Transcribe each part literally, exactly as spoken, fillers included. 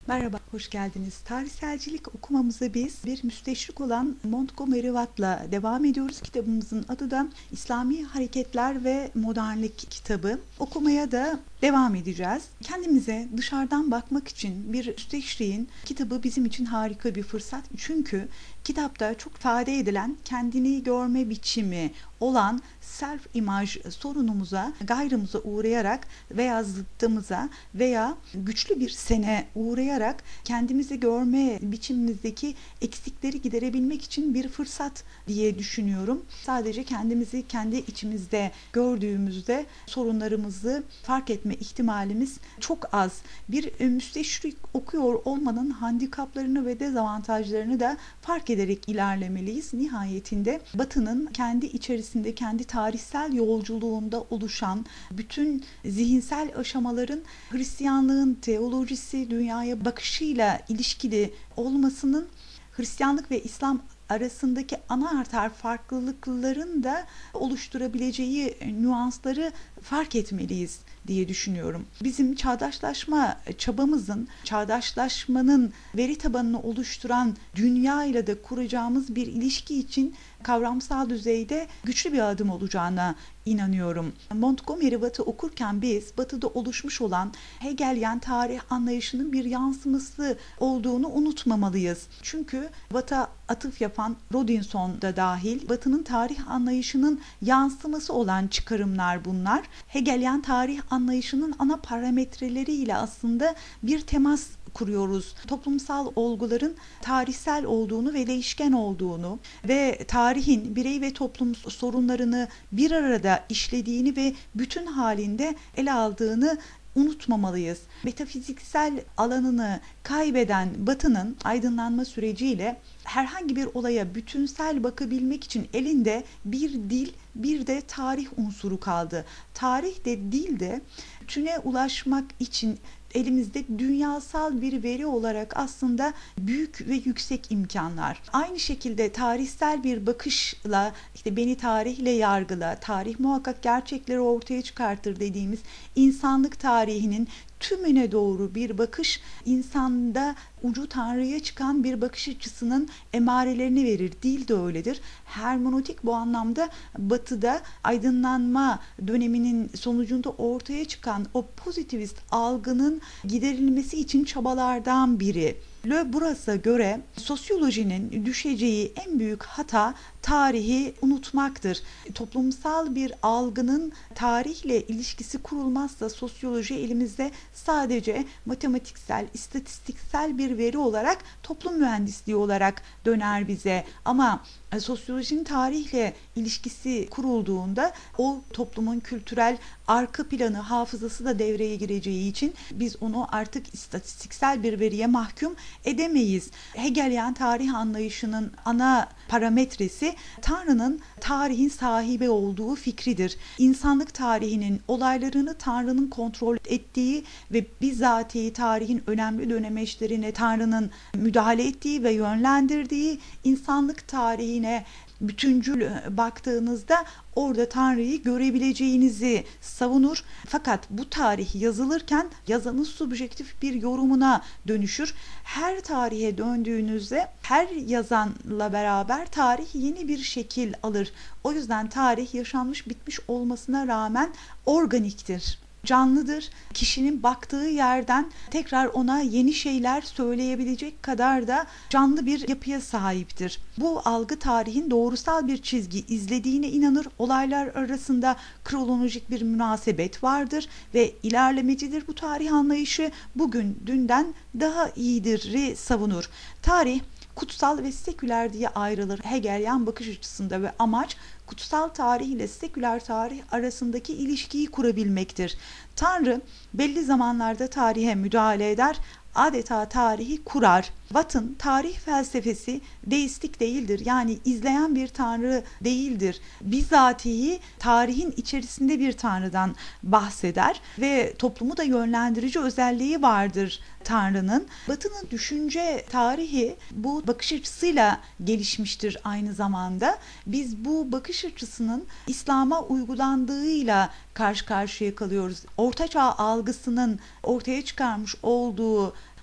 Merhaba, hoş geldiniz. Tarihselcilik okumamıza biz bir müsteşrik olan Montgomery Watt'la devam ediyoruz. Kitabımızın adı da İslami Hareketler ve Modernlik kitabı. Okumaya da devam edeceğiz. Kendimize dışarıdan bakmak için bir müsteşriğin kitabı bizim için harika bir fırsat. Çünkü kitapta çok ifade edilen kendini görme biçimi olan self imaj sorunumuza, gayrımıza uğrayarak veya zıttımıza veya güçlü bir sene uğrayarak kendimizi görme biçimimizdeki eksikleri giderebilmek için bir fırsat diye düşünüyorum. Sadece kendimizi kendi içimizde gördüğümüzde sorunlarımızı fark etme ihtimalimiz çok az. Bir müsteşrik okuyor olmanın handikaplarını ve dezavantajlarını da fark ederek ilerlemeliyiz. Nihayetinde Batı'nın kendi içerisinde, kendi tarihsel yolculuğunda oluşan bütün zihinsel aşamaların Hristiyanlığın teolojisi, dünyaya bakışıyla ilişkili olmasının Hristiyanlık ve İslam arasındaki ana arter farklılıkların da oluşturabileceği nüansları fark etmeliyiz diye düşünüyorum. Bizim çağdaşlaşma çabamızın, çağdaşlaşmanın veri tabanını oluşturan dünyayla da kuracağımız bir ilişki için kavramsal düzeyde güçlü bir adım olacağına inanıyorum. Montgomery Watt'ı okurken biz Batı'da oluşmuş olan Hegelian tarih anlayışının bir yansıması olduğunu unutmamalıyız. Çünkü Watt'a atıf yapan Robinson da dahil Batı'nın tarih anlayışının yansıması olan çıkarımlar bunlar. Hegelian tarih anlayışının ana parametreleriyle aslında bir temas kuruyoruz. Toplumsal olguların tarihsel olduğunu ve değişken olduğunu ve tarihin birey ve toplum sorunlarını bir arada işlediğini ve bütün halinde ele aldığını unutmamalıyız. Metafiziksel alanını kaybeden Batı'nın aydınlanma süreciyle herhangi bir olaya bütünsel bakabilmek için elinde bir dil, bir de tarih unsuru kaldı. Tarih de dil de bütüne ulaşmak için elimizde dünyasal bir veri olarak aslında büyük ve yüksek imkanlar. Aynı şekilde tarihsel bir bakışla işte beni tarihle yargıla, tarih muhakkak gerçekleri ortaya çıkartır dediğimiz insanlık tarihinin tümüne doğru bir bakış insanda ucu Tanrı'ya çıkan bir bakış açısının emarelerini verir. Dil de öyledir. Hermenötik bu anlamda Batı'da aydınlanma döneminin sonucunda ortaya çıkan o pozitivist algının giderilmesi için çabalardan biri. Le Buras'a göre sosyolojinin düşeceği en büyük hata tarihi unutmaktır. Toplumsal bir algının tarihle ilişkisi kurulmazsa sosyoloji elimizde sadece matematiksel, istatistiksel bir veri olarak toplum mühendisliği olarak döner bize. Ama sosyolojinin tarihle ilişkisi kurulduğunda o toplumun kültürel arka planı, hafızası da devreye gireceği için biz onu artık istatistiksel bir veriye mahkum edemeyiz. Hegelian tarih anlayışının ana parametresi Tanrı'nın tarihin sahibi olduğu fikridir. İnsanlık tarihinin olaylarını Tanrı'nın kontrol ettiği ve bizatihi tarihin önemli dönemeçlerine Tanrı'nın müdahale ettiği ve yönlendirdiği, insanlık tarihine bütüncül baktığınızda orada Tanrı'yı görebileceğinizi savunur. Fakat bu tarih yazılırken yazanın subjektif bir yorumuna dönüşür. Her tarihe döndüğünüzde her yazanla beraber tarih yeni bir şekil alır. O yüzden tarih yaşanmış bitmiş olmasına rağmen organiktir, canlıdır. Kişinin baktığı yerden tekrar ona yeni şeyler söyleyebilecek kadar da canlı bir yapıya sahiptir. Bu algı tarihin doğrusal bir çizgi izlediğine inanır. Olaylar arasında kronolojik bir münasebet vardır ve ilerlemecidir. Bu tarih anlayışı bugün dünden daha iyidir'i savunur. Tarih kutsal ve seküler diye ayrılır Hegelian bakış açısında ve amaç kutsal tarih ile seküler tarih arasındaki ilişkiyi kurabilmektir. Tanrı belli zamanlarda tarihe müdahale eder, adeta tarihi kurar. Watt'ın tarih felsefesi deistik değildir. Yani izleyen bir tanrı değildir. Bizatihi tarihin içerisinde bir tanrıdan bahseder ve toplumu da yönlendirici özelliği vardır Tanrı'nın. Batı'nın düşünce tarihi bu bakış açısıyla gelişmiştir aynı zamanda. Biz bu bakış açısının İslam'a uygulandığıyla karşı karşıya kalıyoruz. Ortaçağ algısının ortaya çıkarmış olduğu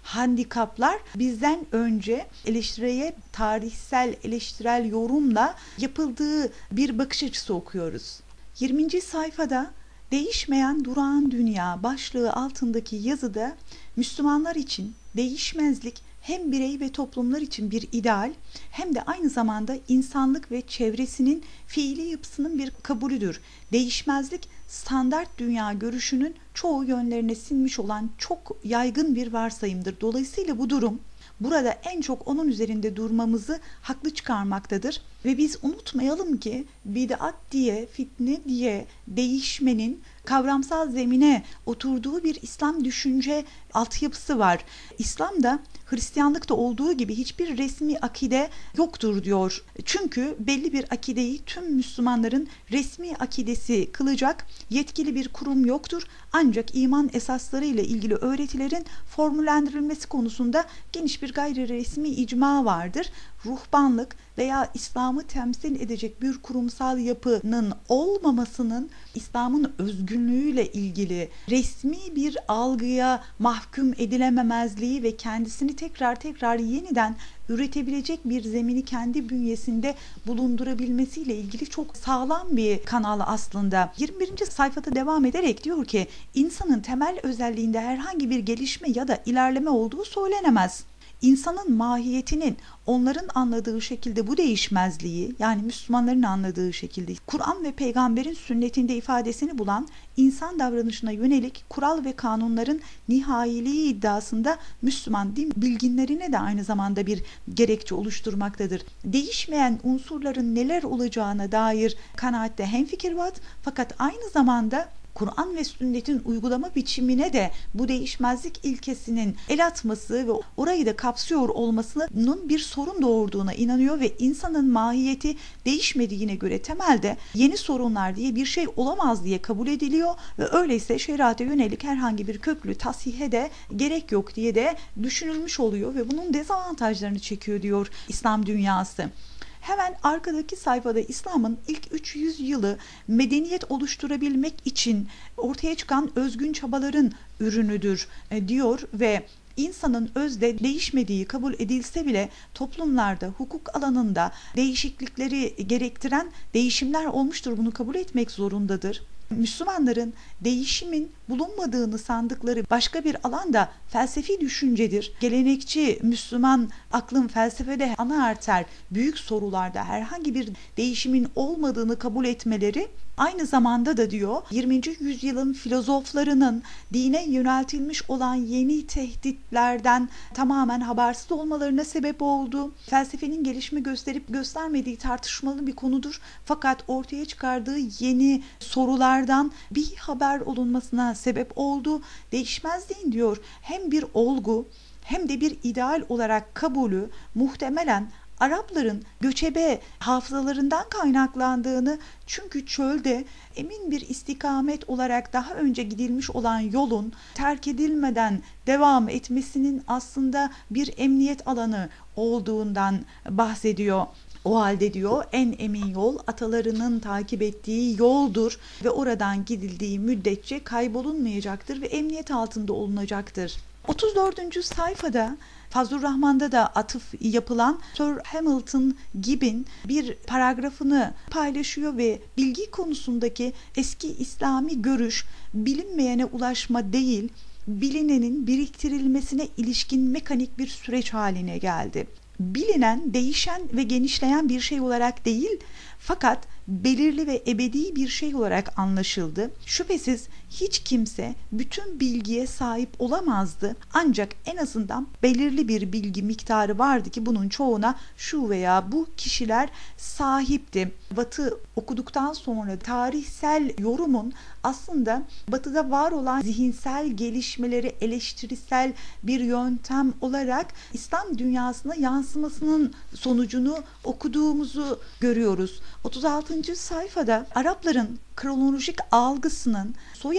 handikaplar bizden önce eleştiriye tarihsel eleştirel yorumla yapıldığı bir bakış açısı okuyoruz. yirminci sayfada Değişmeyen Durağan Dünya başlığı altındaki yazıda Müslümanlar için değişmezlik hem birey ve toplumlar için bir ideal hem de aynı zamanda insanlık ve çevresinin fiili yapısının bir kabulüdür. Değişmezlik standart dünya görüşünün çoğu yönlerine sinmiş olan çok yaygın bir varsayımdır. Dolayısıyla bu durum burada en çok onun üzerinde durmamızı haklı çıkarmaktadır. Ve biz unutmayalım ki bid'at diye, fitne diye değişmenin kavramsal zemine oturduğu bir İslam düşünce altyapısı var. İslam'da Hristiyanlıkta olduğu gibi hiçbir resmi akide yoktur diyor. Çünkü belli bir akideyi tüm Müslümanların resmi akidesi kılacak yetkili bir kurum yoktur. Ancak iman esasları ile ilgili öğretilerin formüllendirilmesi konusunda geniş bir gayri resmi icma vardır. Ruhbanlık veya İslam'ı temsil edecek bir kurumsal yapının olmamasının İslam'ın özgünlüğüyle ilgili resmi bir algıya mahkum edilememezliği ve kendisini tekrar tekrar yeniden üretebilecek bir zemini kendi bünyesinde bulundurabilmesiyle ilgili çok sağlam bir kanal aslında. yirmi birinci sayfada devam ederek diyor ki insanın temel özelliğinde herhangi bir gelişme ya da ilerleme olduğu söylenemez. İnsanın mahiyetinin onların anladığı şekilde bu değişmezliği, yani Müslümanların anladığı şekilde Kur'an ve peygamberin sünnetinde ifadesini bulan insan davranışına yönelik kural ve kanunların nihayiliği iddiasında Müslüman din bilginlerine de aynı zamanda bir gerekçe oluşturmaktadır. Değişmeyen unsurların neler olacağına dair kanaatte hemfikir var, fakat aynı zamanda Kur'an ve sünnetin uygulama biçimine de bu değişmezlik ilkesinin el atması ve orayı da kapsıyor olmasının bir sorun doğurduğuna inanıyor ve insanın mahiyeti değişmediğine göre temelde yeni sorunlar diye bir şey olamaz diye kabul ediliyor ve öyleyse şeriata yönelik herhangi bir köklü tasihe de gerek yok diye de düşünülmüş oluyor ve bunun dezavantajlarını çekiyor diyor İslam dünyası. Hemen arkadaki sayfada İslam'ın ilk üç yüz yılı medeniyet oluşturabilmek için ortaya çıkan özgün çabaların ürünüdür diyor ve insanın özde değişmediği kabul edilse bile toplumlarda, hukuk alanında değişiklikleri gerektiren değişimler olmuştur. Bunu kabul etmek zorundadır. Müslümanların değişimin bulunmadığını sandıkları başka bir alanda felsefi düşüncedir. Gelenekçi Müslüman aklın felsefede ana arter büyük sorularda herhangi bir değişimin olmadığını kabul etmeleri aynı zamanda da diyor yirminci yüzyılın filozoflarının dine yöneltilmiş olan yeni tehditlerden tamamen habersiz olmalarına sebep oldu. Felsefenin gelişme gösterip göstermediği tartışmalı bir konudur. Fakat ortaya çıkardığı yeni sorulardan bir haber olunmasına sebep oldu. Değişmezliğin diyor hem bir olgu hem de bir ideal olarak kabulü muhtemelen Arapların göçebe hafızalarından kaynaklandığını, çünkü çölde emin bir istikamet olarak daha önce gidilmiş olan yolun terk edilmeden devam etmesinin aslında bir emniyet alanı olduğundan bahsediyor. O halde diyor en emin yol atalarının takip ettiği yoldur ve oradan gidildiği müddetçe kaybolunmayacaktır ve emniyet altında olunacaktır. otuz dördüncü sayfada Fazlur Rahman'da da atıf yapılan Sir Hamilton Gibb'in bir paragrafını paylaşıyor ve bilgi konusundaki eski İslami görüş bilinmeyene ulaşma değil, bilinenin biriktirilmesine ilişkin mekanik bir süreç haline geldi. Bilinen, değişen ve genişleyen bir şey olarak değil, fakat belirli ve ebedi bir şey olarak anlaşıldı. Şüphesiz hiç kimse bütün bilgiye sahip olamazdı. Ancak en azından belirli bir bilgi miktarı vardı ki bunun çoğuna şu veya bu kişiler sahipti. Batı okuduktan sonra tarihsel yorumun aslında Batı'da var olan zihinsel gelişmeleri eleştirisel bir yöntem olarak İslam dünyasına yansımasının sonucunu okuduğumuzu görüyoruz. otuz altıncı sayfada Arapların kronolojik algısının soy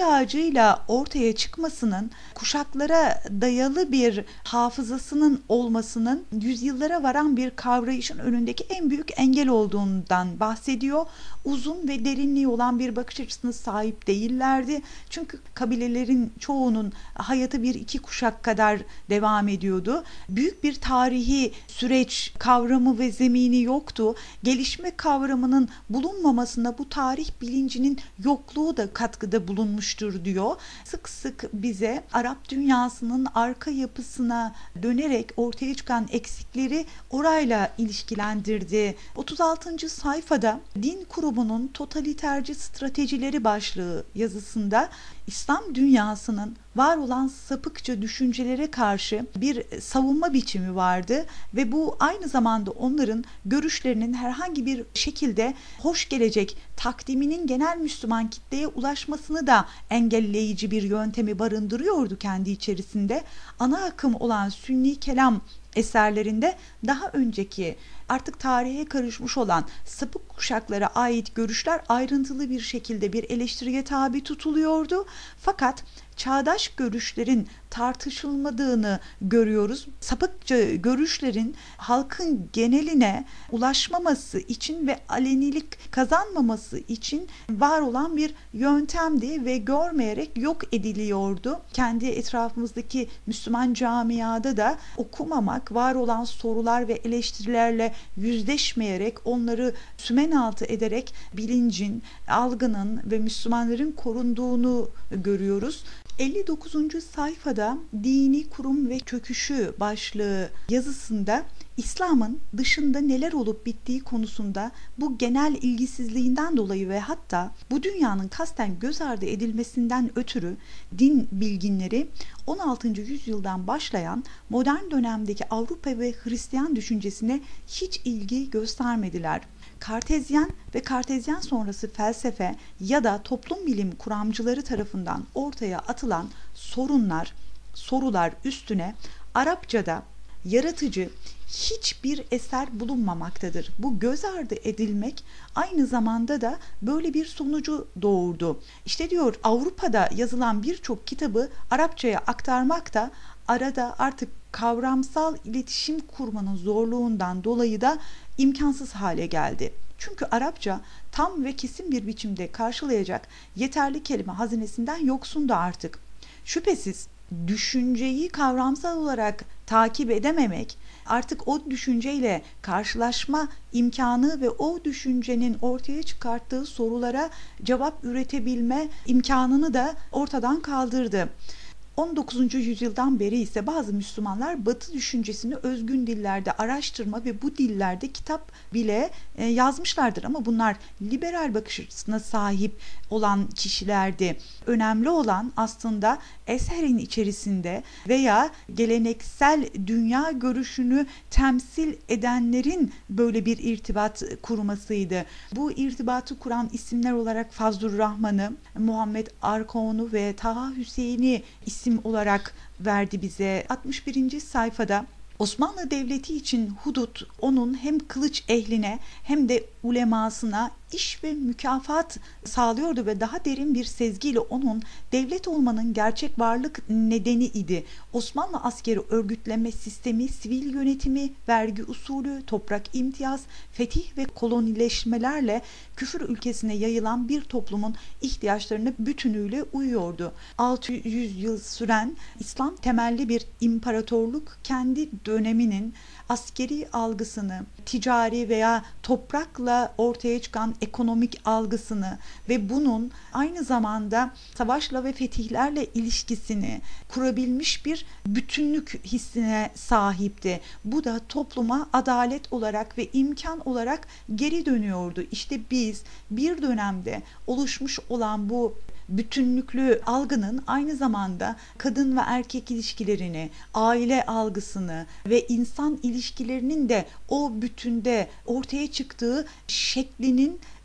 ağacıyla ortaya çıkmasının, kuşaklara dayalı bir hafızasının olmasının yüzyıllara varan bir kavrayışın önündeki en büyük engel olduğundan bahsediyor. Uzun ve derinliği olan bir bakış açısına sahip değillerdi. Çünkü kabilelerin çoğunun hayatı bir iki kuşak kadar devam ediyordu. Büyük bir tarihi süreç kavramı ve zemini yoktu. Gelişme kavramının bulunmamasına bu tarih bilincinin yokluğu da katkıda bulunmuştur diyor. Sık sık bize Arap dünyasının arka yapısına dönerek ortaya çıkan eksikleri orayla ilişkilendirdi. otuz altıncı sayfada din kurumunun totaliterci stratejileri başlığı yazısında İslam dünyasının var olan sapıkça düşüncelere karşı bir savunma biçimi vardı ve bu aynı zamanda onların görüşlerinin herhangi bir şekilde hoş gelecek takdiminin genel Müslüman kitleye ulaşmasını da engelleyici bir yöntemi barındırıyordu kendi içerisinde. Ana akım olan Sünni kelam eserlerinde daha önceki artık tarihe karışmış olan sapık kuşaklara ait görüşler ayrıntılı bir şekilde bir eleştiriye tabi tutuluyordu. Fakat çağdaş görüşlerin tartışılmadığını görüyoruz. Sapıkça görüşlerin halkın geneline ulaşmaması için ve alenilik kazanmaması için var olan bir yöntemdi ve görmeyerek yok ediliyordu. Kendi etrafımızdaki Müslüman camiada da okumamak, var olan sorular ve eleştirilerle yüzleşmeyerek, onları sümen altı ederek bilincin, algının ve Müslümanların korunduğunu görüyoruz. elli dokuzuncu sayfada dini kurum ve çöküşü başlığı yazısında İslam'ın dışında neler olup bittiği konusunda bu genel ilgisizliğinden dolayı ve hatta bu dünyanın kasten göz ardı edilmesinden ötürü din bilginleri on altıncı yüzyıldan başlayan modern dönemdeki Avrupa ve Hristiyan düşüncesine hiç ilgi göstermediler. Kartezyen ve Kartezyen sonrası felsefe ya da toplum bilim kuramcıları tarafından ortaya atılan sorunlar, sorular üstüne Arapçada yaratıcı hiçbir eser bulunmamaktadır. Bu göz ardı edilmek aynı zamanda da böyle bir sonucu doğurdu. İşte diyor, Avrupa'da yazılan birçok kitabı Arapçaya aktarmak da arada artık kavramsal iletişim kurmanın zorluğundan dolayı da imkansız hale geldi. Çünkü Arapça tam ve kesin bir biçimde karşılayacak yeterli kelime hazinesinden yoksundu artık. Şüphesiz düşünceyi kavramsal olarak takip edememek, artık o düşünceyle karşılaşma imkanı ve o düşüncenin ortaya çıkarttığı sorulara cevap üretebilme imkanını da ortadan kaldırdı. on dokuzuncu yüzyıldan beri ise bazı Müslümanlar Batı düşüncesini özgün dillerde araştırma ve bu dillerde kitap bile e, yazmışlardır. Ama bunlar liberal bakış açısına sahip olan kişilerdi. Önemli olan aslında eserin içerisinde veya geleneksel dünya görüşünü temsil edenlerin böyle bir irtibat kurmasıydı. Bu irtibatı kuran isimler olarak Fazlur Rahman'ı, Muhammed Arkon'u ve Taha Hüseyin'i isim olarak verdi bize. altmış birinci sayfada Osmanlı Devleti için hudut onun hem kılıç ehline hem de ulemasına iş ve mükafat sağlıyordu ve daha derin bir sezgiyle onun devlet olmanın gerçek varlık nedeni idi. Osmanlı askeri örgütleme sistemi, sivil yönetimi, vergi usulü, toprak imtiyaz, fetih ve kolonileşmelerle küfür ülkesine yayılan bir toplumun ihtiyaçlarına bütünüyle uyuyordu. altı yüz yıl süren İslam temelli bir imparatorluk kendi döneminin askeri algısını, ticari veya toprakla ortaya çıkan ekonomik algısını ve bunun aynı zamanda savaşla ve fetihlerle ilişkisini kurabilmiş bir bütünlük hissine sahipti. Bu da topluma adalet olarak ve imkan olarak geri dönüyordu. İşte biz bir dönemde oluşmuş olan bu bütünlüklü algının aynı zamanda kadın ve erkek ilişkilerini, aile algısını ve insan ilişkilerinin de o bütünde ortaya çıktığı şeklinin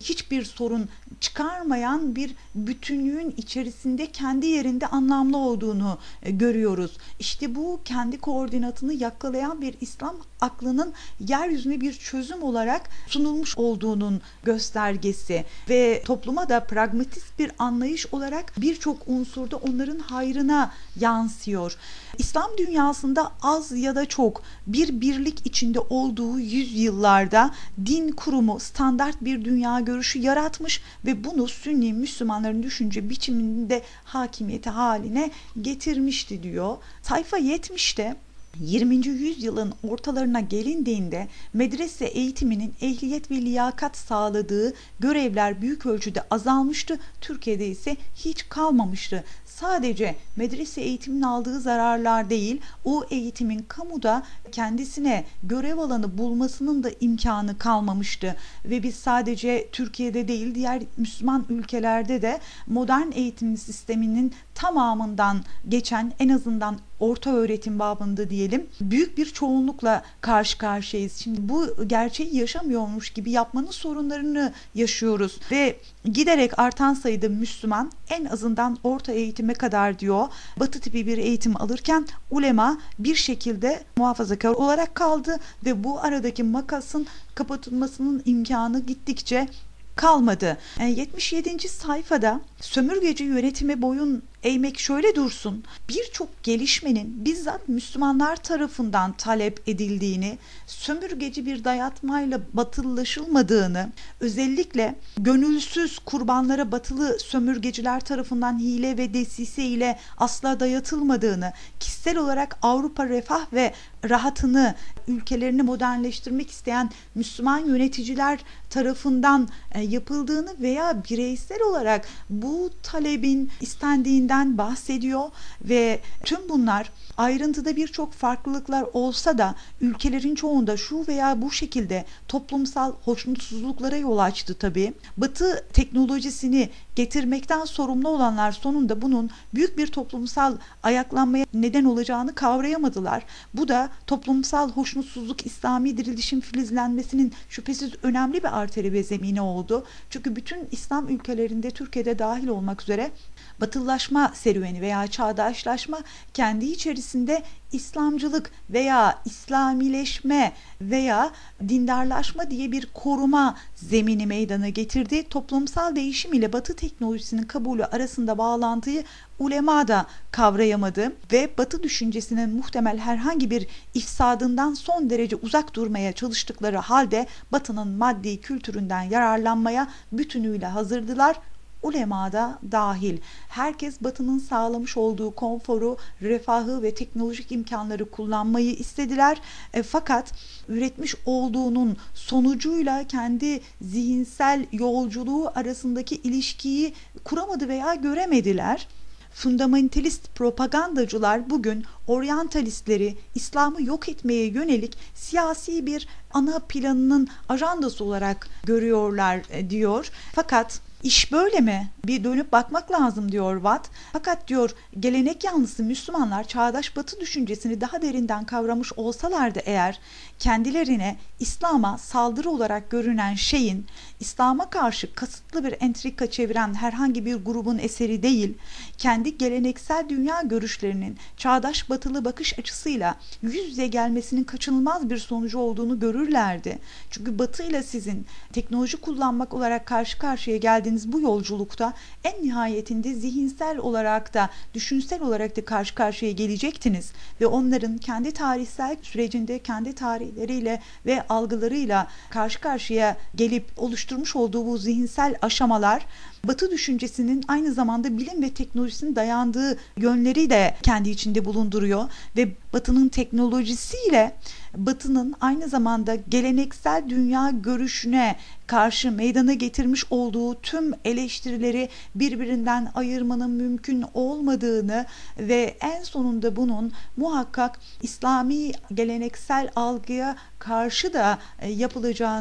hiçbir sorun çıkarmayan bir bütünlüğün içerisinde kendi yerinde anlamlı olduğunu e, görüyoruz. İşte bu kendi koordinatını yakalayan bir İslam aklının yeryüzüne bir çözüm olarak sunulmuş olduğunun göstergesi ve topluma da pragmatist bir anlayış olarak birçok unsurda onların hayrına yansıyor. İslam dünyasında az ya da çok bir birlik içinde olduğu yüzyıllarda din kurumu standart bir dünya görüşü yaratmış ve bunu Sünni Müslümanların düşünce biçiminde hakimiyeti haline getirmişti diyor. Sayfa yetmişte yirminci yüzyılın ortalarına gelindiğinde medrese eğitiminin ehliyet ve liyakat sağladığı görevler büyük ölçüde azalmıştı. Türkiye'de ise hiç kalmamıştı. Sadece medrese eğitiminin aldığı zararlar değil, o eğitimin kamuda kendisine görev alanı bulmasının da imkanı kalmamıştı. Ve biz sadece Türkiye'de değil, diğer Müslüman ülkelerde de modern eğitim sisteminin tamamından geçen, en azından orta öğretim babında diyelim, büyük bir çoğunlukla karşı karşıyayız. Şimdi bu gerçeği yaşamıyormuş gibi yapmanın sorunlarını yaşıyoruz ve giderek artan sayıda Müslüman en azından orta eğitime kadar diyor Batı tipi bir eğitim alırken ulema bir şekilde muhafazakar olarak kaldı ve bu aradaki makasın kapatılmasının imkanı gittikçe kalmadı. yetmiş yedinci sayfada sömürgeci yönetime boyun eğmek şöyle dursun, birçok gelişmenin bizzat Müslümanlar tarafından talep edildiğini, sömürgeci bir dayatmayla batılılaşılmadığını, özellikle gönülsüz kurbanlara batılı sömürgeciler tarafından hile ve desise ile asla dayatılmadığını, kişisel olarak Avrupa refah ve rahatını, ülkelerini modernleştirmek isteyen Müslüman yöneticiler tarafından yapıldığını veya bireysel olarak bu talebin istendiğinden bahsediyor ve tüm bunlar ayrıntıda birçok farklılıklar olsa da ülkelerin çoğunda şu veya bu şekilde toplumsal hoşnutsuzluklara yol açtı tabii. Batı teknolojisini getirmekten sorumlu olanlar sonunda bunun büyük bir toplumsal ayaklanmaya neden olacağını kavrayamadılar. Bu da toplumsal hoşnutsuzluk, İslami dirilişin filizlenmesinin şüphesiz önemli bir arteri ve zemini oldu. Çünkü bütün İslam ülkelerinde, Türkiye'de dahil olmak üzere batılılaşma serüveni veya çağdaşlaşma kendi içerisinde İslamcılık veya İslamileşme veya dindarlaşma diye bir koruma zemini meydana getirdi. Toplumsal değişim ile Batı teknolojisinin kabulü arasında bağlantıyı ulema da kavrayamadı ve Batı düşüncesinin muhtemel herhangi bir ifsadından son derece uzak durmaya çalıştıkları halde Batı'nın maddi kültüründen yararlanmaya bütünüyle hazırdılar. Ulema da dahil. Herkes Batı'nın sağlamış olduğu konforu, refahı ve teknolojik imkanları kullanmayı istediler. E, fakat üretmiş olduğunun sonucuyla kendi zihinsel yolculuğu arasındaki ilişkiyi kuramadı veya göremediler. Fundamentalist propagandacılar bugün oryantalistleri İslam'ı yok etmeye yönelik siyasi bir ana planının ajandası olarak görüyorlar diyor. Fakat İş böyle mi? Bir dönüp bakmak lazım diyor Watt. Fakat diyor gelenek yanlısı Müslümanlar çağdaş Batı düşüncesini daha derinden kavramış olsalardı eğer kendilerine İslam'a saldırı olarak görünen şeyin İslam'a karşı kasıtlı bir entrika çeviren herhangi bir grubun eseri değil, kendi geleneksel dünya görüşlerinin çağdaş batılı bakış açısıyla yüz yüze gelmesinin kaçınılmaz bir sonucu olduğunu görürlerdi. Çünkü Batı ile sizin teknoloji kullanmak olarak karşı karşıya geldiğiniz bu yolculukta en nihayetinde zihinsel olarak da düşünsel olarak da karşı karşıya gelecektiniz ve onların kendi tarihsel sürecinde kendi tarihleriyle ve algılarıyla karşı karşıya gelip oluşturmuş olduğu bu zihinsel aşamalar Batı düşüncesinin aynı zamanda bilim ve teknolojisinin dayandığı yönleri de kendi içinde bulunduruyor ve Batı'nın teknolojisiyle Batı'nın aynı zamanda geleneksel dünya görüşüne karşı meydana getirmiş olduğu tüm eleştirileri birbirinden ayırmanın mümkün olmadığını ve en sonunda bunun muhakkak İslami geleneksel algıya karşı da yapılacağını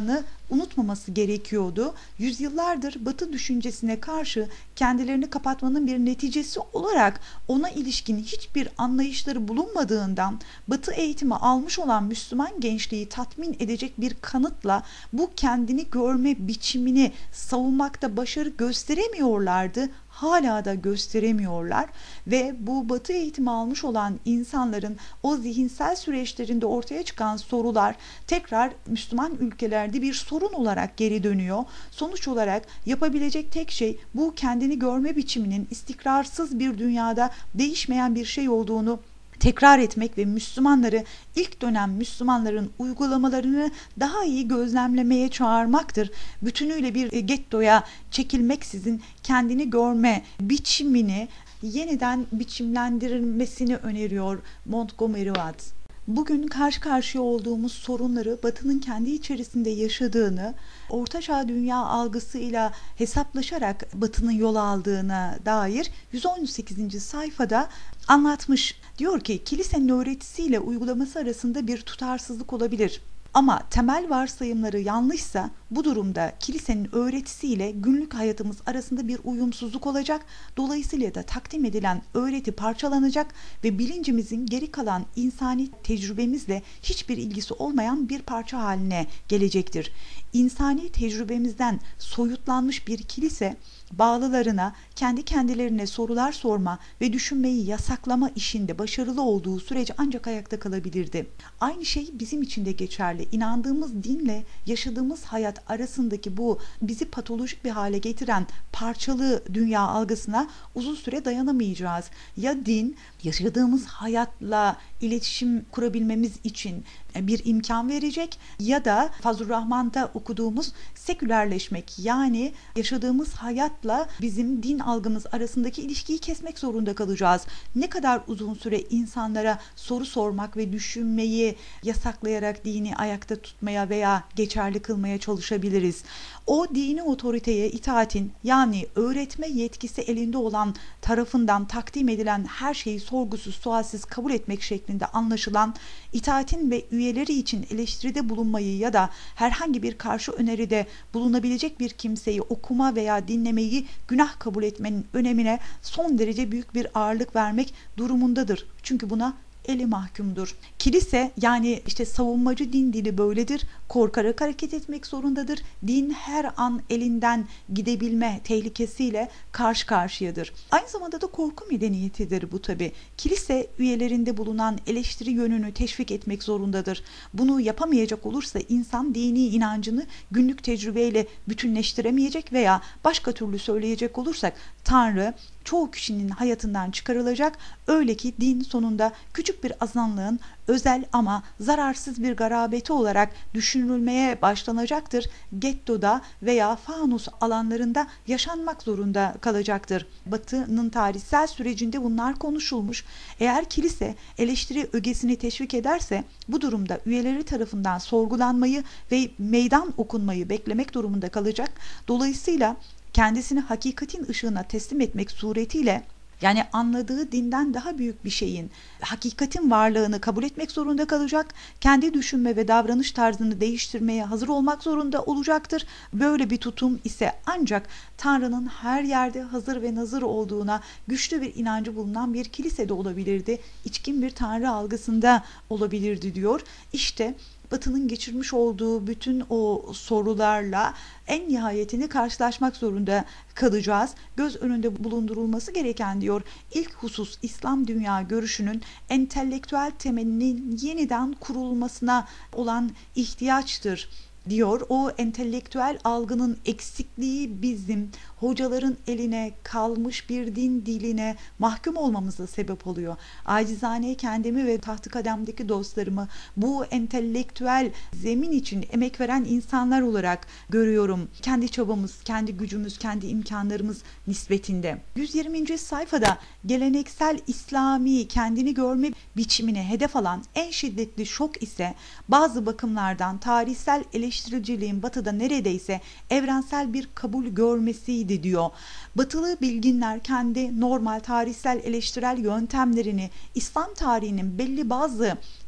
unutmaması gerekiyordu. Yüzyıllardır Batı düşüncesine karşı kendilerini kapatmanın bir neticesi olarak ona ilişkin hiçbir anlayışları bulunmadığından Batı eğitimi almış olan Müslüman gençliği tatmin edecek bir kanıtla bu kendini görme biçimini savunmakta başarı gösteremiyorlardı. Hala da gösteremiyorlar ve bu Batı eğitimi almış olan insanların o zihinsel süreçlerinde ortaya çıkan sorular tekrar Müslüman ülkelerde bir sorun olarak geri dönüyor. Sonuç olarak yapabilecek tek şey bu kendini görme biçiminin istikrarsız bir dünyada değişmeyen bir şey olduğunu tekrar etmek ve Müslümanları, ilk dönem Müslümanların uygulamalarını daha iyi gözlemlemeye çağırmaktır. Bütünüyle bir gettoya çekilmeksizin kendini görme biçimini yeniden biçimlendirilmesini öneriyor Montgomery Watt. Bugün karşı karşıya olduğumuz sorunları Batı'nın kendi içerisinde yaşadığını, Ortaçağ dünya algısıyla hesaplaşarak Batı'nın yol aldığına dair yüz on sekizinci sayfada anlatmış. Diyor ki kilisenin öğretisiyle uygulaması arasında bir tutarsızlık olabilir. Ama temel varsayımları yanlışsa bu durumda kilisenin öğretisiyle günlük hayatımız arasında bir uyumsuzluk olacak. Dolayısıyla da takdim edilen öğreti parçalanacak ve bilincimizin geri kalan insani tecrübemizle hiçbir ilgisi olmayan bir parça haline gelecektir. İnsani tecrübemizden soyutlanmış bir kilise bağlılarına kendi kendilerine sorular sorma ve düşünmeyi yasaklama işinde başarılı olduğu sürece ancak ayakta kalabilirdi. Aynı şey bizim için de geçerli. İnandığımız dinle yaşadığımız hayat arasındaki bu bizi patolojik bir hale getiren parçalı dünya algısına uzun süre dayanamayacağız. Ya din yaşadığımız hayatla iletişim kurabilmemiz için bir imkan verecek ya da Fazlur Rahman'da okuduğumuz sekülerleşmek, yani yaşadığımız hayatla bizim din algımız arasındaki ilişkiyi kesmek zorunda kalacağız. Ne kadar uzun süre insanlara soru sormak ve düşünmeyi yasaklayarak dini ayakta tutmaya veya geçerli kılmaya çalışabiliriz? O dini otoriteye itaatin, yani öğretme yetkisi elinde olan tarafından takdim edilen her şeyi sorgusuz sualsiz kabul etmek şeklinde anlaşılan itaatin ve üyeleri için eleştiride bulunmayı ya da herhangi bir karşı öneride bulunabilecek bir kimseyi okuma veya dinlemeyi günah kabul etmenin önemine son derece büyük bir ağırlık vermek durumundadır. Çünkü buna eli mahkumdur. Kilise, yani işte savunmacı din dili böyledir. Korkarak hareket etmek zorundadır. Din her an elinden gidebilme tehlikesiyle karşı karşıyadır. Aynı zamanda da korku medeniyetidir bu tabi. Kilise üyelerinde bulunan eleştiri yönünü teşvik etmek zorundadır. Bunu yapamayacak olursa insan dini inancını günlük tecrübeyle bütünleştiremeyecek veya başka türlü söyleyecek olursak Tanrı çoğu kişinin hayatından çıkarılacak. Öyle ki din sonunda küçük bir azınlığın özel ama zararsız bir garabeti olarak düşünülmeye başlanacaktır. Gettoda veya fanus alanlarında yaşanmak zorunda kalacaktır. Batı'nın tarihsel sürecinde bunlar konuşulmuş. Eğer kilise eleştiri ögesini teşvik ederse bu durumda üyeleri tarafından sorgulanmayı ve meydan okunmayı beklemek durumunda kalacak. Dolayısıyla kendisini hakikatin ışığına teslim etmek suretiyle, yani anladığı dinden daha büyük bir şeyin, hakikatin varlığını kabul etmek zorunda kalacak. Kendi düşünme ve davranış tarzını değiştirmeye hazır olmak zorunda olacaktır. Böyle bir tutum ise ancak Tanrı'nın her yerde hazır ve nazır olduğuna güçlü bir inancı bulunan bir kilisede olabilirdi. İçkin bir Tanrı algısında olabilirdi diyor. İşte Batı'nın geçirmiş olduğu bütün o sorularla en nihayetini karşılaşmak zorunda kalacağız. Göz önünde bulundurulması gereken diyor, ilk husus İslam dünya görüşünün entelektüel temelinin yeniden kurulmasına olan ihtiyaçtır diyor. O entelektüel algının eksikliği bizim hocaların eline kalmış bir din diline mahkum olmamıza sebep oluyor. Acizane kendimi ve tahtı kademdeki dostlarımı bu entelektüel zemin için emek veren insanlar olarak görüyorum. Kendi çabamız, kendi gücümüz, kendi imkanlarımız nispetinde. yüz yirminci sayfada geleneksel İslami kendini görme biçimine hedef alan en şiddetli şok ise bazı bakımlardan tarihsel eleştiriciliğin Batı'da neredeyse evrensel bir kabul görmesiydi diyor. Batılı bilginler kendi normal tarihsel eleştirel yöntemlerini İslam tarihinin belli bazı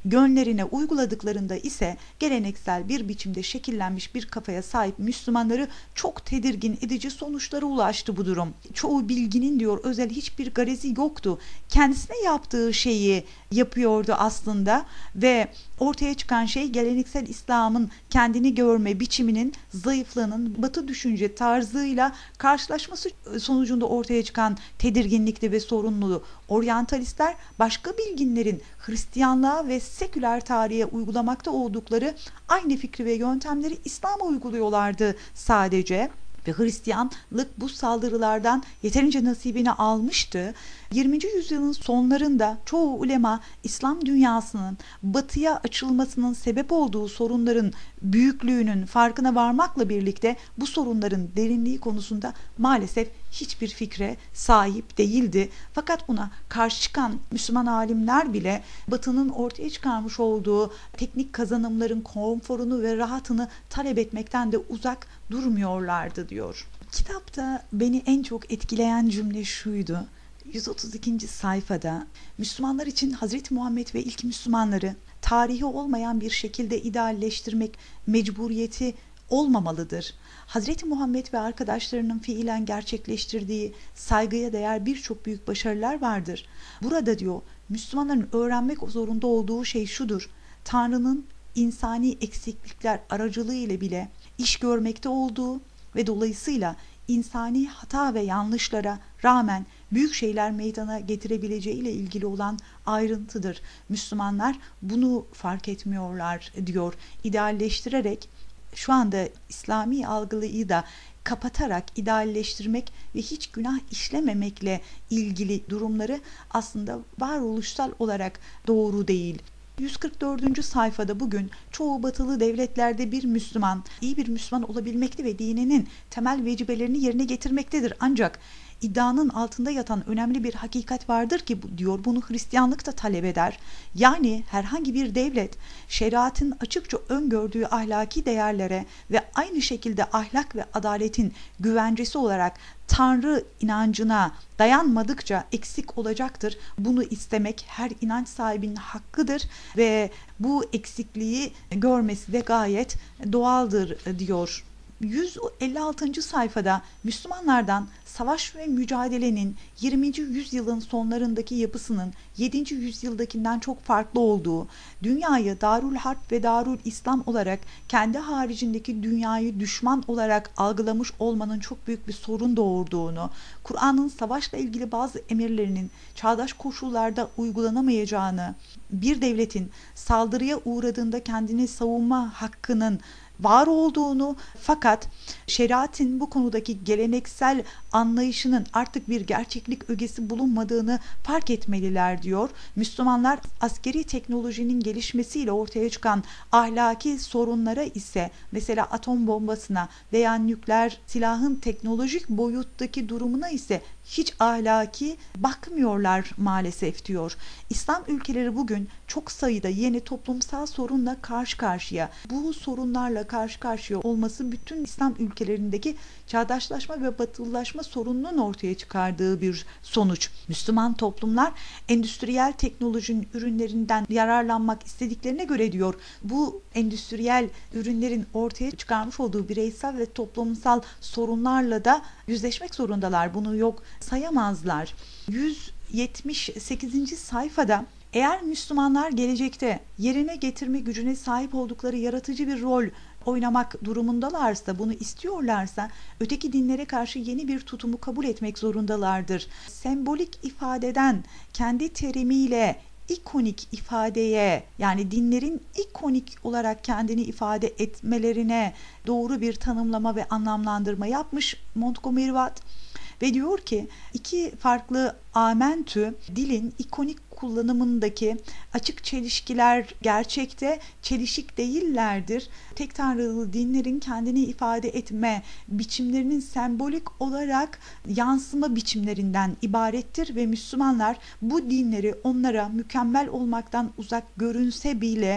gönlerine uyguladıklarında ise geleneksel bir biçimde şekillenmiş bir kafaya sahip Müslümanları çok tedirgin edici sonuçlara ulaştı bu durum. Çoğu bilginin diyor özel hiçbir garezi yoktu. Kendisine yaptığı şeyi yapıyordu aslında ve ortaya çıkan şey geleneksel İslam'ın kendini görme biçiminin zayıflığının Batı düşünce tarzıyla karşılaşması sonucunda ortaya çıkan tedirginlikti ve sorunlu. Oryantalistler başka bilginlerin Hristiyanlığa ve seküler tarihe uygulamakta oldukları aynı fikri ve yöntemleri İslam'a uyguluyorlardı sadece. Ve Hristiyanlık bu saldırılardan yeterince nasibini almıştı. yirminci yüzyılın sonlarında çoğu ulema İslam dünyasının batıya açılmasının sebep olduğu sorunların büyüklüğünün farkına varmakla birlikte bu sorunların derinliği konusunda maalesef hiçbir fikre sahip değildi. Fakat buna karşı çıkan Müslüman alimler bile Batı'nın ortaya çıkarmış olduğu teknik kazanımların konforunu ve rahatını talep etmekten de uzak durmuyorlardı diyor. Kitapta beni en çok etkileyen cümle şuydu. yüz otuz ikinci sayfada Müslümanlar için Hazreti Muhammed ve ilk Müslümanları tarihi olmayan bir şekilde idealleştirmek mecburiyeti olmamalıdır. Hazreti Muhammed ve arkadaşlarının fiilen gerçekleştirdiği saygıya değer birçok büyük başarılar vardır. Burada diyor Müslümanların öğrenmek zorunda olduğu şey şudur. Tanrı'nın insani eksiklikler aracılığıyla bile iş görmekte olduğu ve dolayısıyla insani hata ve yanlışlara rağmen büyük şeyler meydana getirebileceği ile ilgili olan ayrıntıdır. Müslümanlar bunu fark etmiyorlar diyor. İdealleştirerek şu anda İslami algıyı da kapatarak idealleştirmek ve hiç günah işlememekle ilgili durumları aslında varoluşsal olarak doğru değil. yüz kırk dördüncü sayfada bugün çoğu batılı devletlerde bir Müslüman, iyi bir Müslüman olabilmekte ve dininin temel vecibelerini yerine getirmektedir. Ancak iddianın altında yatan önemli bir hakikat vardır ki diyor bunu Hristiyanlık da talep eder. Yani herhangi bir devlet şeriatın açıkça öngördüğü ahlaki değerlere ve aynı şekilde ahlak ve adaletin güvencesi olarak Tanrı inancına dayanmadıkça eksik olacaktır. Bunu istemek her inanç sahibinin hakkıdır ve bu eksikliği görmesi de gayet doğaldır diyor. yüz elli altıncı sayfada Müslümanlardan savaş ve mücadelenin yirminci yüzyılın sonlarındaki yapısının yedinci yüzyıldakinden çok farklı olduğu, dünyayı Darül Harp ve Darül İslam olarak kendi haricindeki dünyayı düşman olarak algılamış olmanın çok büyük bir sorun doğurduğunu, Kur'an'ın savaşla ilgili bazı emirlerinin çağdaş koşullarda uygulanamayacağını, bir devletin saldırıya uğradığında kendini savunma hakkının var olduğunu fakat şeriatın bu konudaki geleneksel anlayışının artık bir gerçeklik ögesi bulunmadığını fark etmeliler diyor. Müslümanlar askeri teknolojinin gelişmesiyle ortaya çıkan ahlaki sorunlara ise mesela atom bombasına veya nükleer silahın teknolojik boyuttaki durumuna ise hiç ahlaki bakmıyorlar maalesef diyor. İslam ülkeleri bugün çok sayıda yeni toplumsal sorunla karşı karşıya. Bu sorunlarla karşı karşıya olması bütün İslam ülkelerindeki çağdaşlaşma ve batılılaşma sorununun ortaya çıkardığı bir sonuç. Müslüman toplumlar endüstriyel teknolojinin ürünlerinden yararlanmak istediklerine göre diyor bu endüstriyel ürünlerin ortaya çıkarmış olduğu bireysel ve toplumsal sorunlarla da yüzleşmek zorundalar. Bunu yok sayamazlar. yüz yetmiş sekizinci sayfada eğer Müslümanlar gelecekte yerine getirme gücüne sahip oldukları yaratıcı bir rol oynamak durumundalarsa, bunu istiyorlarsa öteki dinlere karşı yeni bir tutumu kabul etmek zorundalardır. Sembolik ifadeden kendi terimiyle ikonik ifadeye, yani dinlerin ikonik olarak kendini ifade etmelerine doğru bir tanımlama ve anlamlandırma yapmış Montgomery Watt. Ve diyor ki iki farklı amentü dilin ikonik kullanımındaki açık çelişkiler gerçekte çelişik değillerdir. Tek tanrılı dinlerin kendini ifade etme biçimlerinin sembolik olarak yansıma biçimlerinden ibarettir ve Müslümanlar bu dinleri onlara mükemmel olmaktan uzak görünse bile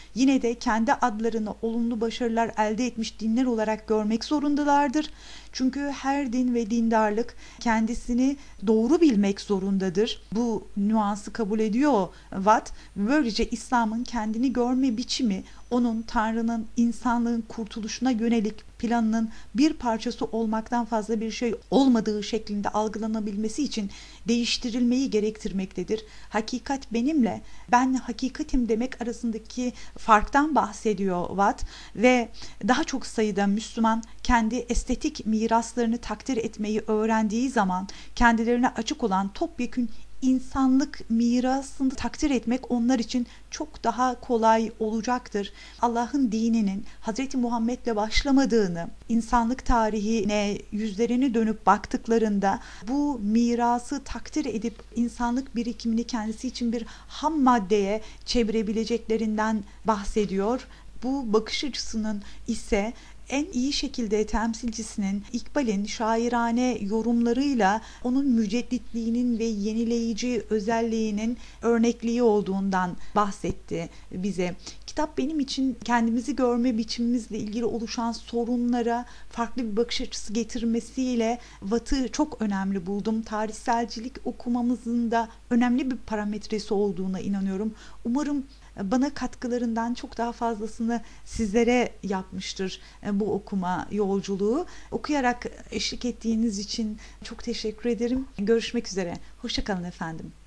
yine de kendi adlarını olumlu başarılar elde etmiş dinler olarak görmek zorundalardır. Çünkü her din ve dindarlık kendisini doğru bilmek zorundadır. Bu nüansı kabul ediyor Watt. Böylece İslam'ın kendini görme biçimi onun Tanrı'nın insanlığın kurtuluşuna yönelik planının bir parçası olmaktan fazla bir şey olmadığı şeklinde algılanabilmesi için değiştirilmeyi gerektirmektedir. Hakikat benimle ben hakikatim demek arasındaki farktan bahsediyor Watt ve daha çok sayıda Müslüman kendi estetik miraslarını takdir etmeyi öğrendiği zaman kendilerine açık olan topyekün insanlık mirasını takdir etmek onlar için çok daha kolay olacaktır. Allah'ın dininin Hz. Muhammed'le başlamadığını, insanlık tarihine yüzlerini dönüp baktıklarında bu mirası takdir edip insanlık birikimini kendisi için bir ham maddeye çevirebileceklerinden bahsediyor. Bu bakış açısının ise en iyi şekilde temsilcisinin İkbal'in şairane yorumlarıyla onun mücedditliğinin ve yenileyici özelliğinin örnekliği olduğundan bahsetti bize. Kitap benim için kendimizi görme biçimimizle ilgili oluşan sorunlara farklı bir bakış açısı getirmesiyle Watt'ı çok önemli buldum. Tarihselcilik okumamızın da önemli bir parametresi olduğuna inanıyorum. Umarım bana katkılarından çok daha fazlasını sizlere yapmıştır bu okuma yolculuğu. Okuyarak eşlik ettiğiniz için çok teşekkür ederim. Görüşmek üzere. Hoşça kalın efendim.